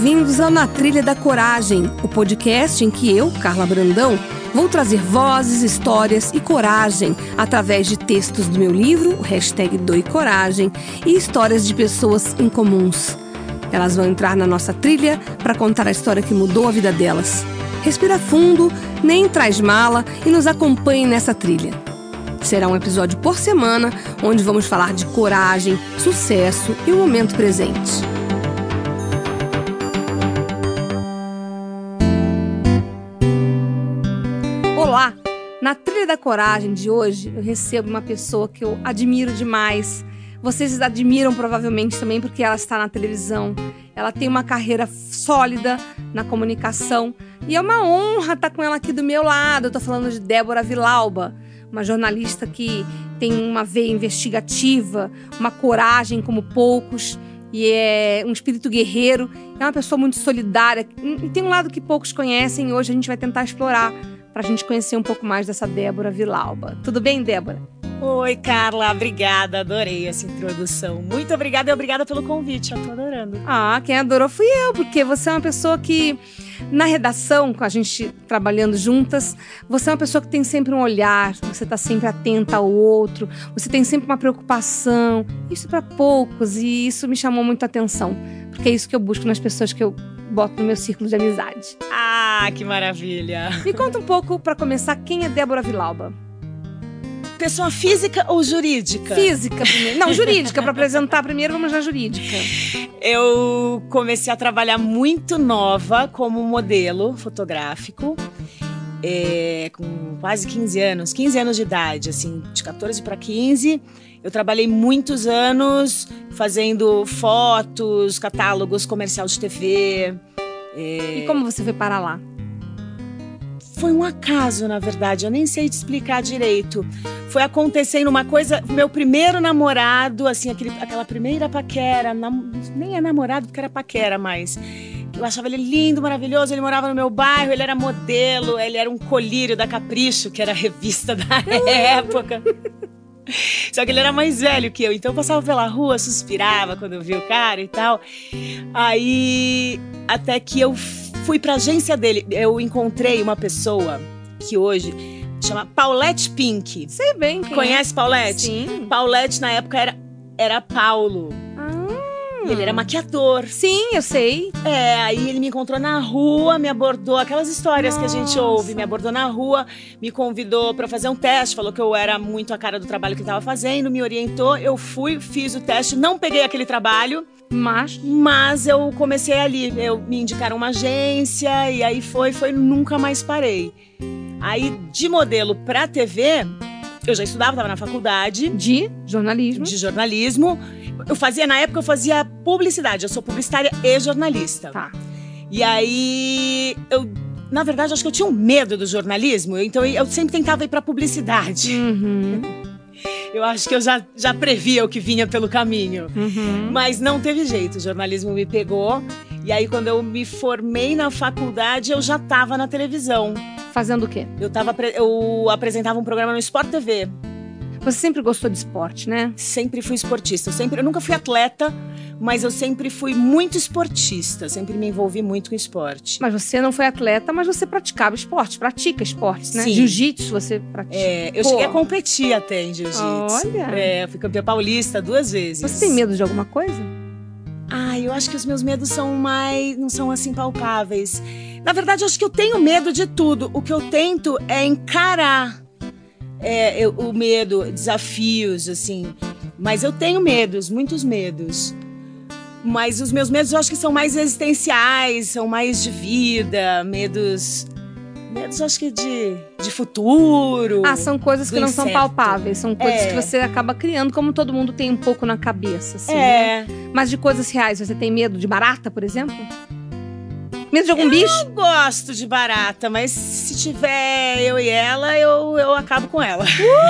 bem-vindos ao Na Trilha da Coragem, o podcast em que eu, Carla Brandão, vou trazer vozes, histórias e coragem através de textos do meu livro, o #DoeCoragem, e histórias de pessoas incomuns. Elas vão entrar na nossa trilha para contar a história que mudou a vida delas. Respira fundo, nem traz mala e nos acompanhe nessa trilha. Será um episódio por semana, onde vamos falar de coragem, sucesso e o momento presente. Olá! Na Trilha da Coragem de hoje, eu recebo uma pessoa que eu admiro demais. Vocês admiram provavelmente também porque ela está na televisão. Ela tem uma carreira sólida na comunicação e é uma honra estar com ela aqui do meu lado. Eu estou falando de Débora Villalba, uma jornalista que tem uma veia investigativa, uma coragem como poucos e é um espírito guerreiro. É uma pessoa muito solidária e tem um lado que poucos conhecem e hoje a gente vai tentar explorar para a gente conhecer um pouco mais dessa Débora Villalba. Tudo bem, Débora? Oi, Carla, obrigada, adorei essa introdução. Muito obrigada e obrigada pelo convite, eu tô adorando. Quem adorou fui eu, porque você é uma pessoa que, na redação, com a gente trabalhando juntas, você é uma pessoa que tem sempre um olhar, você tá sempre atenta ao outro, você tem sempre uma preocupação, isso para poucos, e isso me chamou muito a atenção, porque é isso que eu busco nas pessoas que eu boto no meu círculo de amizade. Que maravilha! Me conta um pouco, para começar, quem é Débora Villalba? Pessoa física ou jurídica? Física primeiro. Não, jurídica. Para apresentar primeiro, vamos na jurídica. Eu comecei a trabalhar muito nova como modelo fotográfico, com quase 15 anos de idade, assim, de 14 para 15. Eu trabalhei muitos anos fazendo fotos, catálogos, comercial de TV. E como você foi parar lá? Foi um acaso, na verdade, eu nem sei te explicar direito. Foi acontecendo uma coisa, meu primeiro namorado, assim, aquela primeira paquera, nem é namorado porque era paquera, mas eu achava ele lindo, maravilhoso, ele morava no meu bairro, ele era modelo, ele era um colírio da Capricho, que era a revista da época. Só que ele era mais velho que eu, então eu passava pela rua, suspirava quando eu via o cara e tal. Aí, até que eu fui pra agência dele, eu encontrei uma pessoa que hoje chama Paulette Pink. Sei bem quem Conhece é. Paulette? Sim. Paulette na época era Paulo. E ele era maquiador. Sim, eu sei. Aí ele me encontrou na rua, me abordou, aquelas histórias que a gente ouve, me abordou na rua, me convidou pra fazer um teste, falou que eu era muito a cara do trabalho que ele tava fazendo, me orientou, eu fui, fiz o teste, não peguei aquele trabalho, mas eu comecei ali, me indicaram uma agência e aí foi, nunca mais parei. Aí de modelo pra TV, eu já estudava, tava na faculdade. De jornalismo. Na época eu fazia publicidade, eu sou publicitária e jornalista. Tá. E aí, na verdade, acho que eu tinha um medo do jornalismo, então eu sempre tentava ir pra publicidade. Uhum. Eu acho que eu já previa o que vinha pelo caminho. Uhum. Mas não teve jeito, o jornalismo me pegou. E aí, quando eu me formei na faculdade, eu já tava na televisão. Fazendo o quê? Eu apresentava um programa no Sport TV. Você sempre gostou de esporte, né? Sempre fui esportista. Eu nunca fui atleta, mas eu sempre fui muito esportista. Sempre me envolvi muito com esporte. Mas você não foi atleta, mas você pratica esportes, né? Sim. Jiu-jitsu você pratica. Eu cheguei a competir até em jiu-jitsu. Olha! Eu fui campeã paulista 2 vezes. Você tem medo de alguma coisa? Eu acho que os meus medos não são assim palpáveis. Na verdade, eu acho que eu tenho medo de tudo. O que eu tento é encarar o medo, desafios, assim. Mas eu tenho medos, muitos medos. Mas os meus medos eu acho que são mais existenciais, são mais de vida, medos acho que de futuro. São coisas que não são palpáveis, são coisas que você acaba criando, como todo mundo tem um pouco na cabeça, assim, né? Mas de coisas reais, você tem medo de barata, por exemplo? Medo de algum bicho? Eu gosto de barata, mas se tiver eu e ela, eu acabo com ela.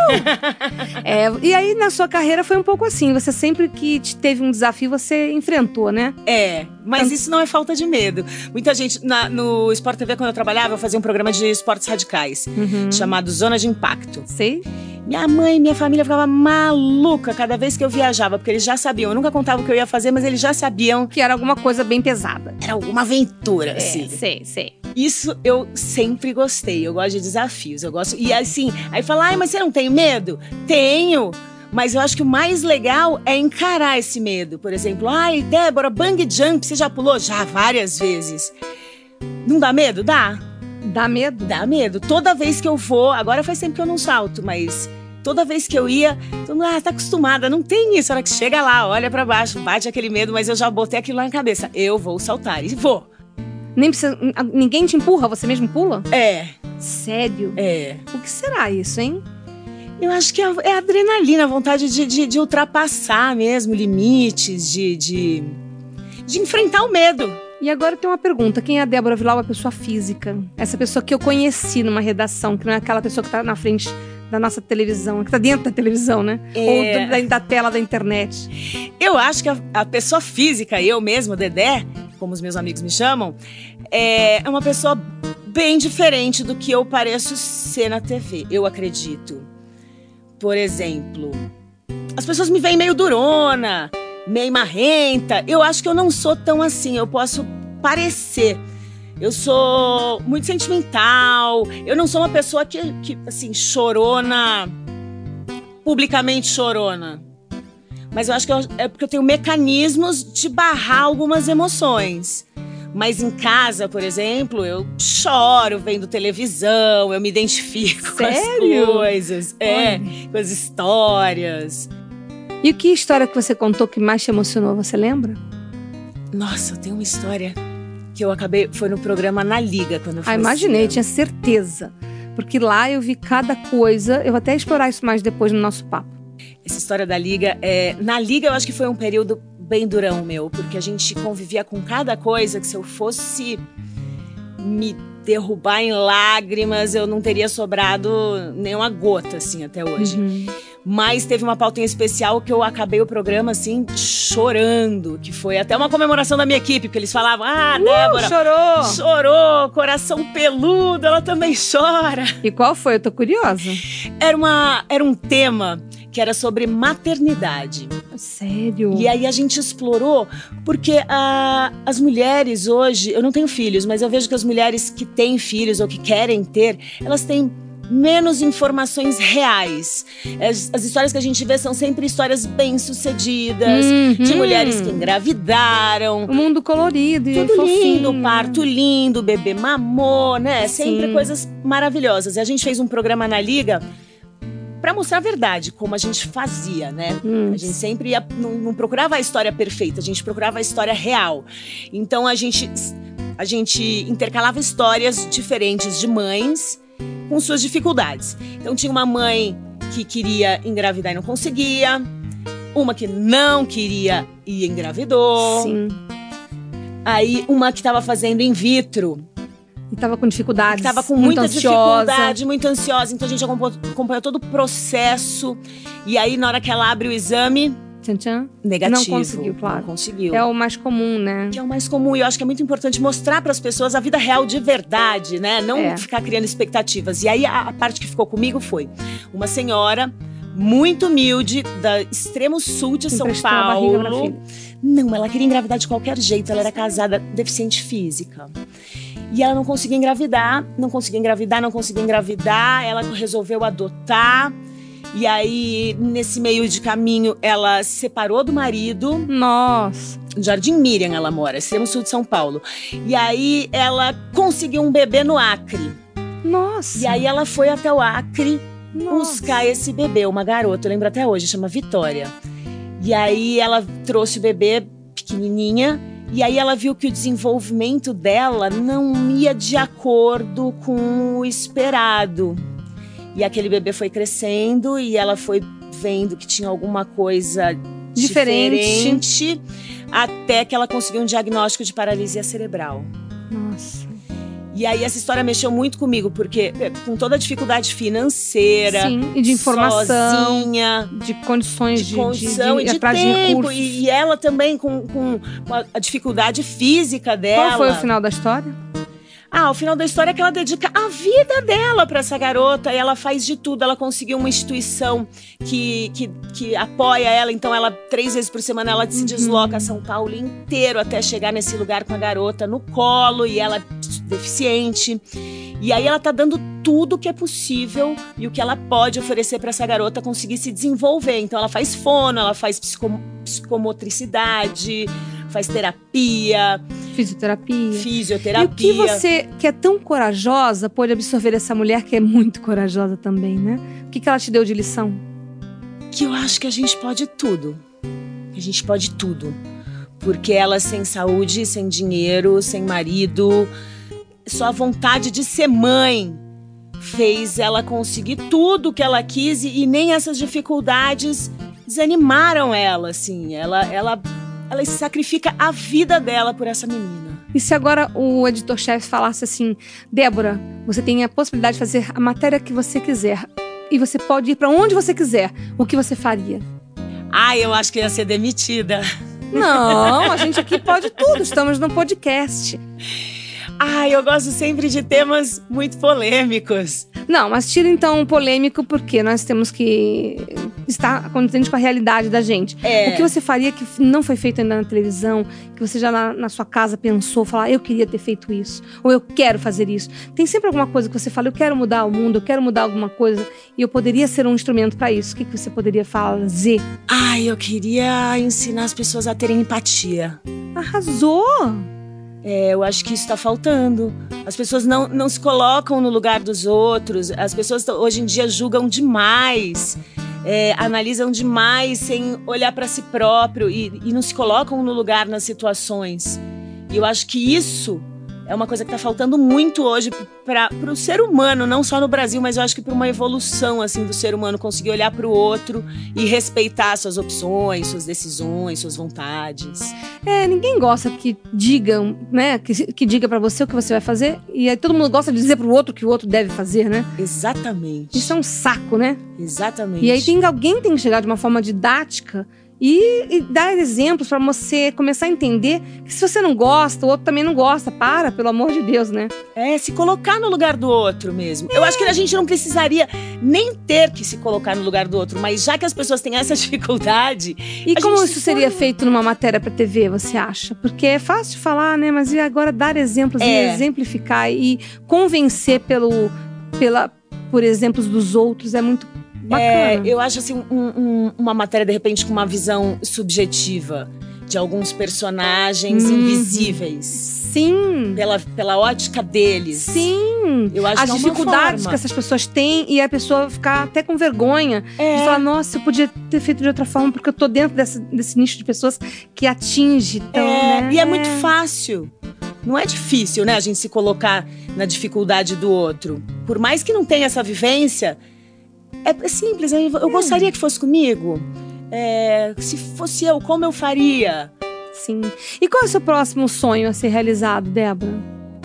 E aí, na sua carreira, foi um pouco assim. Você sempre que teve um desafio, você enfrentou, né? Mas isso não é falta de medo. Muita gente, no Sport TV, quando eu trabalhava, eu fazia um programa de esportes radicais, chamado Zona de Impacto. Sei. Minha mãe e minha família ficavam maluca cada vez que eu viajava, porque eles já sabiam. Eu nunca contava o que eu ia fazer, mas eles já sabiam. Que era alguma coisa bem pesada. Era alguma aventura, assim. Sei. Isso eu sempre gostei. Eu gosto de desafios. Eu gosto. E assim, aí fala, ai, mas você não tem medo? Tenho! Mas eu acho que o mais legal é encarar esse medo. Por exemplo, ai, Débora, bungee jump, você já pulou? Já, várias vezes. Não dá medo? Dá. Dá medo? Dá medo. Toda vez que eu vou, agora faz tempo que eu não salto, mas toda vez que eu ia, todo mundo, tá acostumada, não tem isso. A hora que chega lá, olha pra baixo, bate aquele medo, mas eu já botei aquilo lá na cabeça. Eu vou saltar e vou. Nem precisa, ninguém te empurra, você mesmo pula? É. Sério? É. O que será isso, hein? Eu acho que é a adrenalina, a vontade de ultrapassar mesmo limites, de enfrentar o medo. E agora tem uma pergunta. Quem é a Débora Vilar, uma pessoa física? Essa pessoa que eu conheci numa redação, que não é aquela pessoa que tá na frente da nossa televisão, que tá dentro da televisão, né? Ou da tela da internet. Eu acho que a pessoa física, eu mesmo, Dedé, como os meus amigos me chamam, é uma pessoa bem diferente do que eu pareço ser na TV, eu acredito. Por exemplo, as pessoas me veem meio durona, meio marrenta. Eu acho que eu não sou tão assim, eu posso parecer. Eu sou muito sentimental, eu não sou uma pessoa que assim, chorona, publicamente chorona. Mas eu acho que é porque eu tenho mecanismos de barrar algumas emoções. Mas em casa, por exemplo, eu choro vendo televisão, eu me identifico com as coisas, com as histórias. E que história que você contou que mais te emocionou, você lembra? Nossa, eu tenho uma história que eu acabei, foi no programa Na Liga, quando eu fazia. Imaginei, tinha certeza. Porque lá eu vi cada coisa, eu vou até explorar isso mais depois no nosso papo. Essa história da Liga, na Liga eu acho que foi um período bem durão meu, porque a gente convivia com cada coisa que se eu fosse me derrubar em lágrimas, eu não teria sobrado nenhuma gota, assim, até hoje. Uhum. Mas teve uma pauta em especial que eu acabei o programa, assim, chorando, que foi até uma comemoração da minha equipe, porque eles falavam, Débora chorou, coração peludo, ela também chora. E qual foi? Eu tô curiosa. Era um tema que era sobre maternidade. Sério? E aí a gente explorou, porque as mulheres hoje, eu não tenho filhos, mas eu vejo que as mulheres que têm filhos ou que querem ter, elas têm menos informações reais. As histórias que a gente vê são sempre histórias bem-sucedidas, de mulheres que engravidaram. O mundo colorido e tudo fofinho. lindo, parto lindo, o bebê mamou, né? Sim. Sempre coisas maravilhosas. E a gente fez um programa na Liga pra mostrar a verdade, como a gente fazia, né? A gente sempre não procurava a história perfeita, a gente procurava a história real. Então a gente intercalava histórias diferentes de mães com suas dificuldades. Então tinha uma mãe que queria engravidar e não conseguia, uma que não queria e engravidou. Sim. Aí uma que estava fazendo in vitro e tava com dificuldades. Estava com muita dificuldade, muito ansiosa. Então a gente acompanhou todo o processo. E aí, na hora que ela abre o exame, tchan, negativo. Não conseguiu, claro. Não conseguiu. É o mais comum, né? Que é o mais comum. E eu acho que é muito importante mostrar para as pessoas a vida real de verdade, né? Não ficar criando expectativas. E aí, a parte que ficou comigo foi uma senhora muito humilde, da extremo sul de São Paulo. Não, ela queria engravidar de qualquer jeito. Ela era casada, deficiente física. E ela não conseguia engravidar. Ela resolveu adotar. E aí, nesse meio de caminho, ela se separou do marido. Nossa! Jardim Miriam ela mora, extremo sul de São Paulo. E aí, ela conseguiu um bebê no Acre. Nossa! E aí, ela foi até o Acre buscar esse bebê, uma garota, eu lembro até hoje, chama Vitória. E aí, ela trouxe o bebê pequenininha. E aí ela viu que o desenvolvimento dela não ia de acordo com o esperado. E aquele bebê foi crescendo e ela foi vendo que tinha alguma coisa diferente até que ela conseguiu um diagnóstico de paralisia cerebral. Nossa. E aí essa história mexeu muito comigo, porque com toda a dificuldade financeira, sim, e de informação, sozinha, de condições de condição e de tempo, e ela também com a dificuldade física dela. Qual foi o final da história? O final da história é que ela dedica a vida dela para essa garota e ela faz de tudo. Ela conseguiu uma instituição que apoia ela, então ela 3 vezes por semana ela se desloca a São Paulo inteiro até chegar nesse lugar com a garota no colo e ela deficiente. E aí ela tá dando tudo o que é possível e o que ela pode oferecer para essa garota conseguir se desenvolver. Então ela faz fono, ela faz psicomotricidade, faz terapia, fisioterapia. E o que você, que é tão corajosa, pode absorver essa mulher que é muito corajosa também, né? O que ela te deu de lição? Que eu acho que a gente pode tudo. A gente pode tudo. Porque ela sem saúde, sem dinheiro, sem marido, só a vontade de ser mãe fez ela conseguir tudo que ela quis e nem essas dificuldades desanimaram ela, assim. Ela sacrifica a vida dela por essa menina. E se agora o editor-chefe falasse assim: Débora, você tem a possibilidade de fazer a matéria que você quiser e você pode ir para onde você quiser, o que você faria? Eu acho que ia ser demitida. Não, a gente aqui pode tudo, estamos no podcast. Eu gosto sempre de temas muito polêmicos. Não, mas tira então o polêmico, porque nós temos que estar condizente com a realidade da gente. O que você faria que não foi feito ainda na televisão, que você já na sua casa pensou, falar, eu queria ter feito isso, ou eu quero fazer isso. Tem sempre alguma coisa que você fala, eu quero mudar o mundo, eu quero mudar alguma coisa, e eu poderia ser um instrumento para isso. O que você poderia fazer? Eu queria ensinar as pessoas a terem empatia. Arrasou! Eu acho que isso está faltando. As pessoas não se colocam no lugar dos outros. As pessoas hoje em dia julgam demais, analisam demais sem olhar para si próprio e não se colocam no lugar nas situações. E eu acho que isso é uma coisa que está faltando muito hoje para o ser humano, não só no Brasil, mas eu acho que para uma evolução assim, do ser humano, conseguir olhar para o outro e respeitar suas opções, suas decisões, suas vontades. Ninguém gosta que digam, né, que diga para você o que você vai fazer, e aí todo mundo gosta de dizer pro outro o que o outro deve fazer, né? Exatamente. Isso é um saco, né? Exatamente. E aí alguém tem que chegar de uma forma didática e dar exemplos para você começar a entender que se você não gosta, o outro também não gosta. Pelo amor de Deus, né? Se colocar no lugar do outro mesmo. Eu acho que a gente não precisaria nem ter que se colocar no lugar do outro, mas já que as pessoas têm essa dificuldade... E como isso seria feito numa matéria para TV, você acha? Porque é fácil de falar, né? Mas e agora dar exemplos e exemplificar e convencer por exemplos dos outros é muito bacana. Eu acho assim, uma matéria, de repente, com uma visão subjetiva de alguns personagens invisíveis. Sim. Pela ótica deles. Sim. Eu acho as dificuldades que essas pessoas têm e a pessoa ficar até com vergonha de falar, nossa, eu podia ter feito de outra forma porque eu tô dentro desse nicho de pessoas que atinge. Então, né? E é muito fácil. Não é difícil, né, a gente se colocar na dificuldade do outro. Por mais que não tenha essa vivência... É simples, eu gostaria que fosse comigo. Se fosse eu, como eu faria? Sim. E qual é o seu próximo sonho a ser realizado, Débora?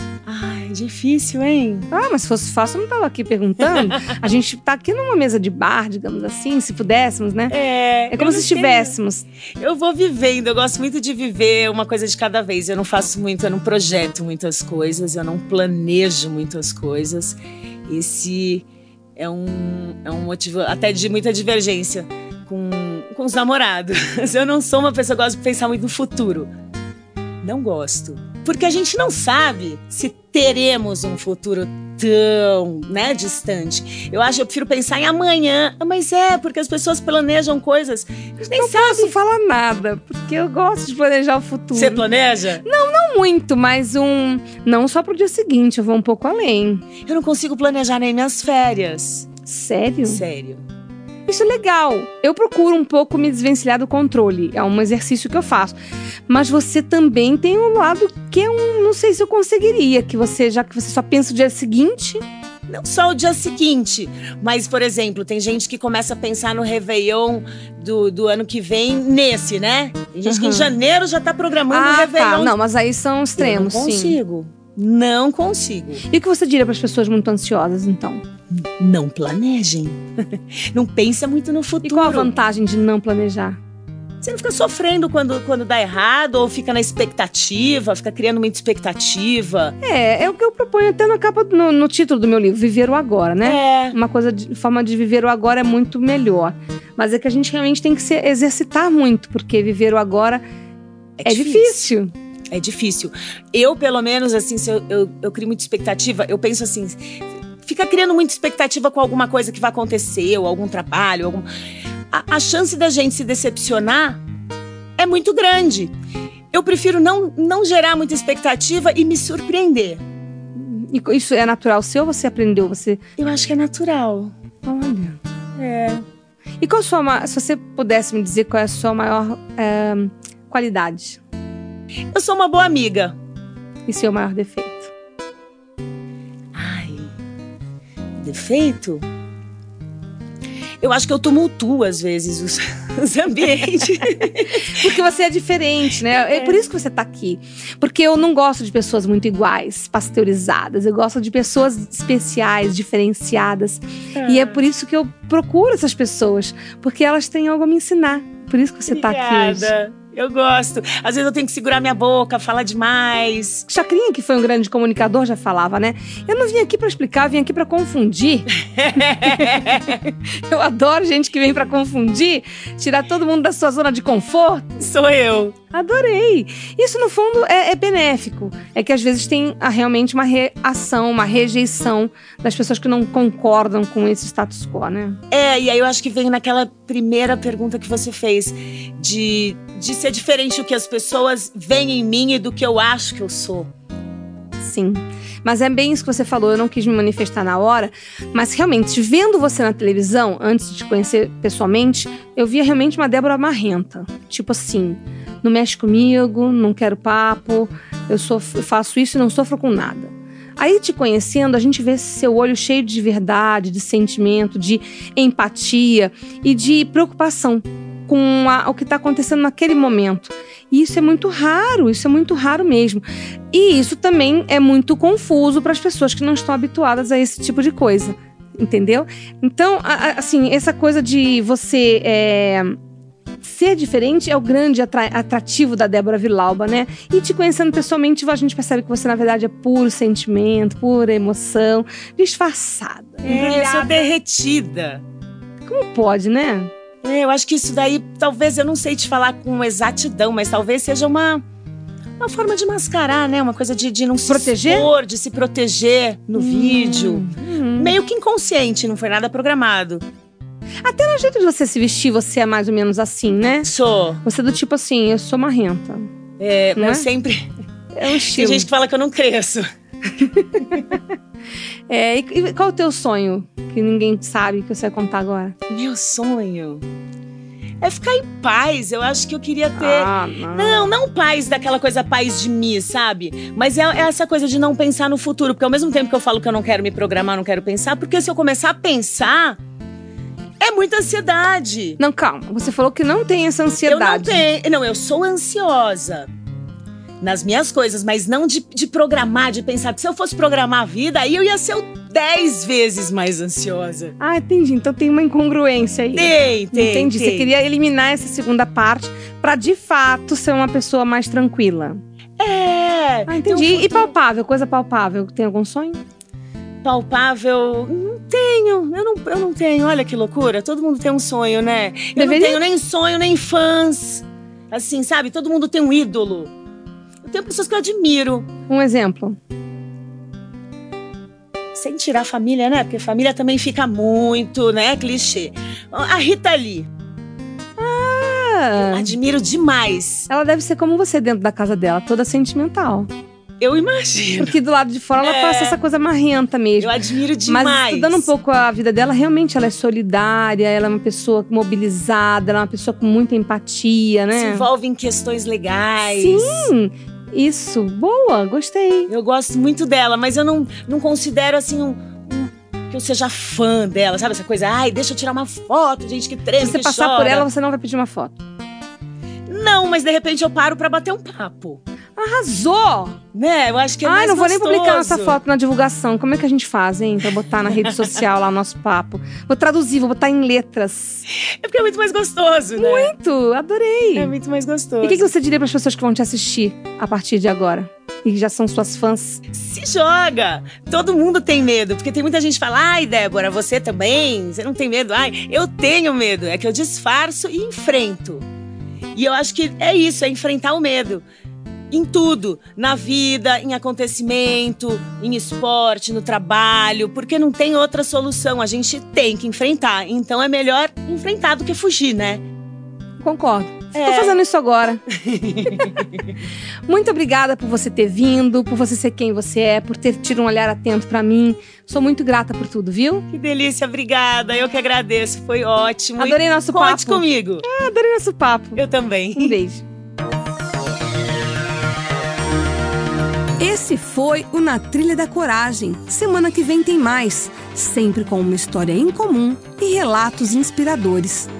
Difícil, hein? Mas se fosse fácil, eu não tava aqui perguntando. A gente tá aqui numa mesa de bar, digamos assim, se pudéssemos, né? É como se estivéssemos. Eu vou vivendo, eu gosto muito de viver uma coisa de cada vez. Eu não faço muito, eu não projeto muitas coisas, eu não planejo muitas coisas. Esse... É um motivo até de muita divergência com os namorados. Eu não sou uma pessoa que gosta de pensar muito no futuro. Não gosto. Porque a gente não sabe se teremos um futuro tão, distante. Eu prefiro pensar em amanhã. Mas porque as pessoas planejam coisas. A gente nem não sabe. Posso falar nada, porque eu gosto de planejar o futuro. Você planeja? Não muito, mas não só pro dia seguinte, eu vou um pouco além. Eu não consigo planejar nem minhas férias. Sério? Sério. Isso é legal. Eu procuro um pouco me desvencilhar do controle. É um exercício que eu faço. Mas você também tem um lado que não sei se eu conseguiria. Já que você só pensa o dia seguinte. Não só o dia seguinte, mas, por exemplo, tem gente que começa a pensar no Réveillon do ano que vem nesse, né? Tem gente que em janeiro já tá programando o Réveillon. Tá. Não, mas aí são extremos, sim. Não consigo. E o que você diria para as pessoas muito ansiosas, então? Não planejem. Não pensa muito no futuro. E qual a vantagem de não planejar? Você não fica sofrendo quando dá errado, ou fica na expectativa, fica criando muita expectativa. É o que eu proponho até na capa, no título do meu livro, Viver o Agora, né? Uma forma de viver o agora é muito melhor. Mas é que a gente realmente tem que se exercitar muito, porque viver o agora é difícil. É difícil. Eu, pelo menos, assim, se eu crio muita expectativa, eu penso assim, fica criando muita expectativa com alguma coisa que vai acontecer, ou algum trabalho, a chance da gente se decepcionar é muito grande. Eu prefiro não gerar muita expectativa e me surpreender. E isso é natural seu ou você aprendeu? Eu acho que é natural. Olha. E qual se você pudesse me dizer qual é a sua maior qualidade? Eu sou uma boa amiga. E seu maior defeito? Ai, defeito? Eu acho que eu tumultuo, às vezes, os ambientes. Porque você é diferente, né? É por isso que você tá aqui. Porque eu não gosto de pessoas muito iguais, pasteurizadas. Eu gosto de pessoas especiais, diferenciadas. E é por isso que eu procuro essas pessoas. Porque elas têm algo a me ensinar. Por isso que você tá aqui hoje. Eu gosto. Às vezes eu tenho que segurar minha boca, falar demais. Chacrinha, que foi um grande comunicador, já falava, né? Eu não vim aqui pra explicar, eu vim aqui pra confundir. Eu adoro gente que vem pra confundir, tirar todo mundo da sua zona de conforto. Sou eu. Adorei. Isso, no fundo, é benéfico. É que às vezes tem realmente uma reação, uma rejeição das pessoas que não concordam com esse status quo, né? E aí eu acho que vem naquela primeira pergunta que você fez, de ser diferente do que as pessoas veem em mim e do que eu acho que eu sou. Sim, mas é bem isso que você falou, eu não quis me manifestar na hora, mas realmente, vendo você na televisão, antes de te conhecer pessoalmente, eu via realmente uma Débora marrenta. Tipo assim, não mexe comigo, não quero papo, eu faço isso e não sofro com nada. Aí, te conhecendo, a gente vê seu olho cheio de verdade, de sentimento, de empatia e de preocupação com o que está acontecendo naquele momento. E isso é muito raro mesmo. E isso também é muito confuso para as pessoas que não estão habituadas a esse tipo de coisa, entendeu? Então, assim, essa coisa de você ser diferente é o grande atrativo da Débora Villalba, né? E te conhecendo pessoalmente, a gente percebe que você, na verdade, é puro sentimento, pura emoção, disfarçada. Eu sou derretida. Como pode, né? Eu acho que isso daí, talvez, eu não sei te falar com exatidão, mas talvez seja uma forma de mascarar, né? Uma coisa de não se expor, de se proteger no vídeo. Meio que inconsciente, não foi nada programado. Até no jeito de você se vestir, você é mais ou menos assim, né? Sou. Você é do tipo assim, eu sou marrenta. Eu sempre... É um estilo. Tem gente que fala que eu não cresço. E qual é o teu sonho? Que ninguém sabe, que você vai contar agora. Meu sonho é ficar em paz. Eu acho que eu queria ter... Não paz daquela coisa paz de mim, sabe? Mas é essa coisa de não pensar no futuro. Porque ao mesmo tempo que eu falo que eu não quero me programar, não quero pensar, porque se eu começar a pensar, é muita ansiedade. Não, calma. Você falou que não tem essa ansiedade. Eu não tenho. Não, eu sou ansiosa nas minhas coisas, mas não de programar, de pensar que se eu fosse programar a vida, aí eu ia ser 10 vezes mais ansiosa. Ah, entendi. Então tem uma incongruência aí. Tem. Entendi. Você queria eliminar essa segunda parte pra, de fato, ser uma pessoa mais tranquila. Entendi. E palpável? Coisa palpável. Tem algum sonho? Palpável? Não tenho. Eu não tenho. Olha que loucura. Todo mundo tem um sonho, né? Eu não tenho nem sonho, nem fãs. Assim, sabe? Todo mundo tem um ídolo. Eu tenho pessoas que eu admiro. Um exemplo? Sem tirar a família, né? Porque família também fica muito, né? Clichê. A Rita Lee. Eu admiro demais. Ela deve ser como você dentro da casa dela, toda sentimental. Eu imagino. Porque do lado de fora ela passa essa coisa marrenta mesmo. Eu admiro demais. Mas estudando um pouco a vida dela, realmente ela é solidária, ela é uma pessoa mobilizada, ela é uma pessoa com muita empatia, né? Se envolve em questões legais. Sim! Isso, boa, gostei. Eu gosto muito dela, mas eu não considero assim que eu seja fã dela, sabe? Essa coisa, deixa eu tirar uma foto, gente que treme, Se você que passar chora. por ela, você não vai pedir uma foto. Não, mas de repente eu paro pra bater um papo. Arrasou! Né? Eu acho que é Ai, mais não vou nem gostoso. publicar nossa foto na divulgação. Como é que a gente faz, hein? Pra botar na rede social lá o nosso papo. Vou traduzir, vou botar em letras. É porque é muito mais gostoso, né? Muito, adorei. É muito mais gostoso. E o que você diria para as pessoas que vão te assistir a partir de agora? E que já são suas fãs? Se joga! Todo mundo tem medo, porque tem muita gente que fala: ai, Débora, você também? Você não tem medo? Ai, eu tenho medo. É que eu disfarço e enfrento. E eu acho que é isso, é enfrentar o medo. Em tudo, na vida, em acontecimento, em esporte, no trabalho, porque não tem outra solução, a gente tem que enfrentar. Então é melhor enfrentar do que fugir, né? Concordo. Tô fazendo isso agora. Muito obrigada por você ter vindo, por você ser quem você é, por ter tido um olhar atento pra mim. Sou muito grata por tudo, viu? Que delícia, obrigada. Eu que agradeço, foi ótimo. Adorei nosso papo. Conte comigo. Adorei nosso papo. Eu também. Um beijo. Esse foi o Na Trilha da Coragem. Semana que vem tem mais, sempre com uma história em comum e relatos inspiradores.